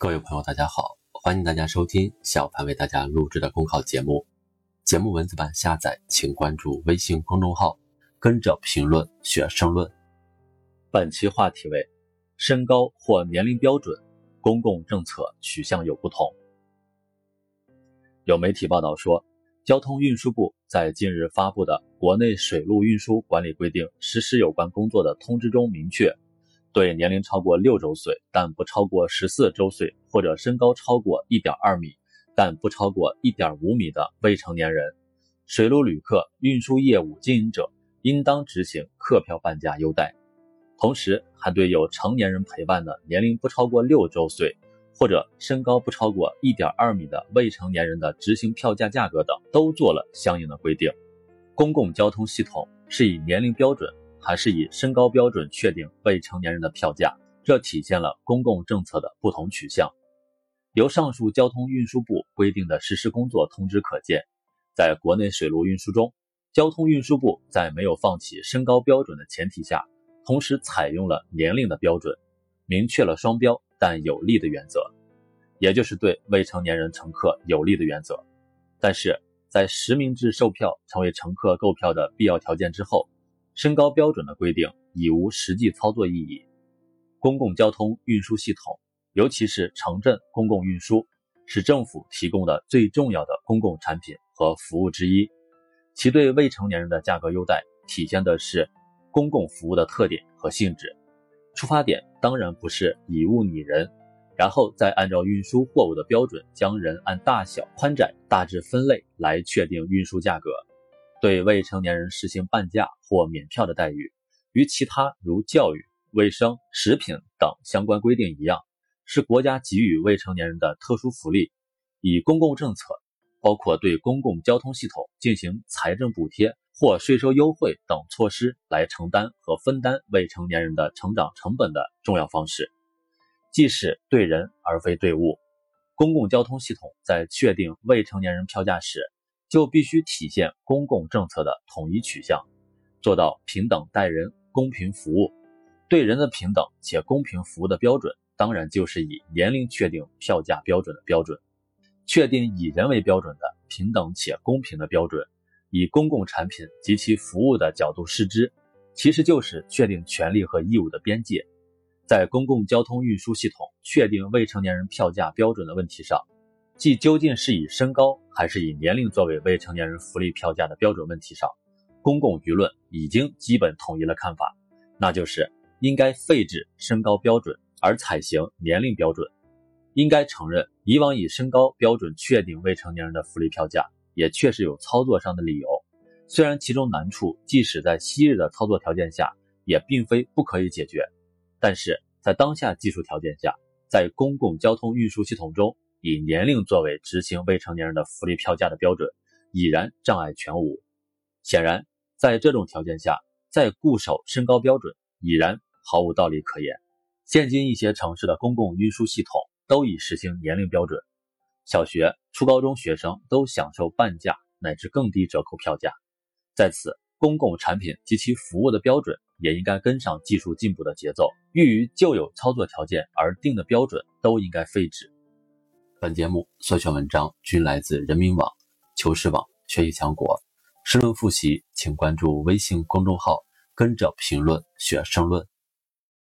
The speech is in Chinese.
各位朋友大家好，欢迎大家收听小潘为大家录制的公考节目。节目文字版下载请关注微信公众号，跟着评论学申论。 本期话题为身高或年龄标准，公共政策取向有不同。有媒体报道说，交通运输部在近日发布的《国内水路运输管理规定》实施有关工作的通知中明确，对年龄超过6周岁但不超过14周岁，或者身高超过 1.2 米但不超过 1.5 米的未成年人，水路旅客运输业务经营者应当执行客票半价优待。同时还对有成年人陪伴的年龄不超过6周岁或者身高不超过 1.2 米的未成年人的执行票价价格等都做了相应的规定。公共交通系统是以年龄标准还是以身高标准确定未成年人的票价，这体现了公共政策的不同取向。由上述交通运输部规定的实施工作通知可见，在国内水路运输中，交通运输部在没有放弃身高标准的前提下，同时采用了年龄的标准，明确了双标但有利的原则，也就是对未成年人乘客有利的原则。但是在实名制售票成为乘客购票的必要条件之后，身高标准的规定已无实际操作意义。公共交通运输系统，尤其是城镇公共运输，是政府提供的最重要的公共产品和服务之一，其对未成年人的价格优待体现的是公共服务的特点和性质。出发点当然不是以物拟人，然后再按照运输货物的标准将人按大小宽窄大致分类来确定运输价格。对未成年人实行半价或免票的待遇，与其他如教育、卫生、食品等相关规定一样，是国家给予未成年人的特殊福利，以公共政策，包括对公共交通系统进行财政补贴或税收优惠等措施来承担和分担未成年人的成长成本的重要方式，既是对人而非对物。公共交通系统在确定未成年人票价时，就必须体现公共政策的统一取向，做到平等待人、公平服务。对人的平等且公平服务的标准，当然就是以年龄确定票价标准的标准。确定以人为标准的平等且公平的标准，以公共产品及其服务的角度视之，其实就是确定权利和义务的边界。在公共交通运输系统确定未成年人票价标准的问题上，即究竟是以身高还是以年龄作为未成年人福利票价的标准问题上，公共舆论已经基本统一了看法，那就是应该废止身高标准而采行年龄标准。应该承认，以往以身高标准确定未成年人的福利票价也确实有操作上的理由，虽然其中难处即使在昔日的操作条件下也并非不可以解决，但是在当下技术条件下，在公共交通运输系统中以年龄作为执行未成年人的福利票价的标准，已然障碍全无。显然，在这种条件下，再固守身高标准已然毫无道理可言。现今一些城市的公共运输系统都已实行年龄标准，小学、初高中学生都享受半价乃至更低折扣票价。在此，公共产品及其服务的标准也应该跟上技术进步的节奏，欲于旧有操作条件而定的标准都应该废止。 本节目所选文章均来自人民网、求是网、学习强国。申论复习请关注微信公众号，跟着评论学申论。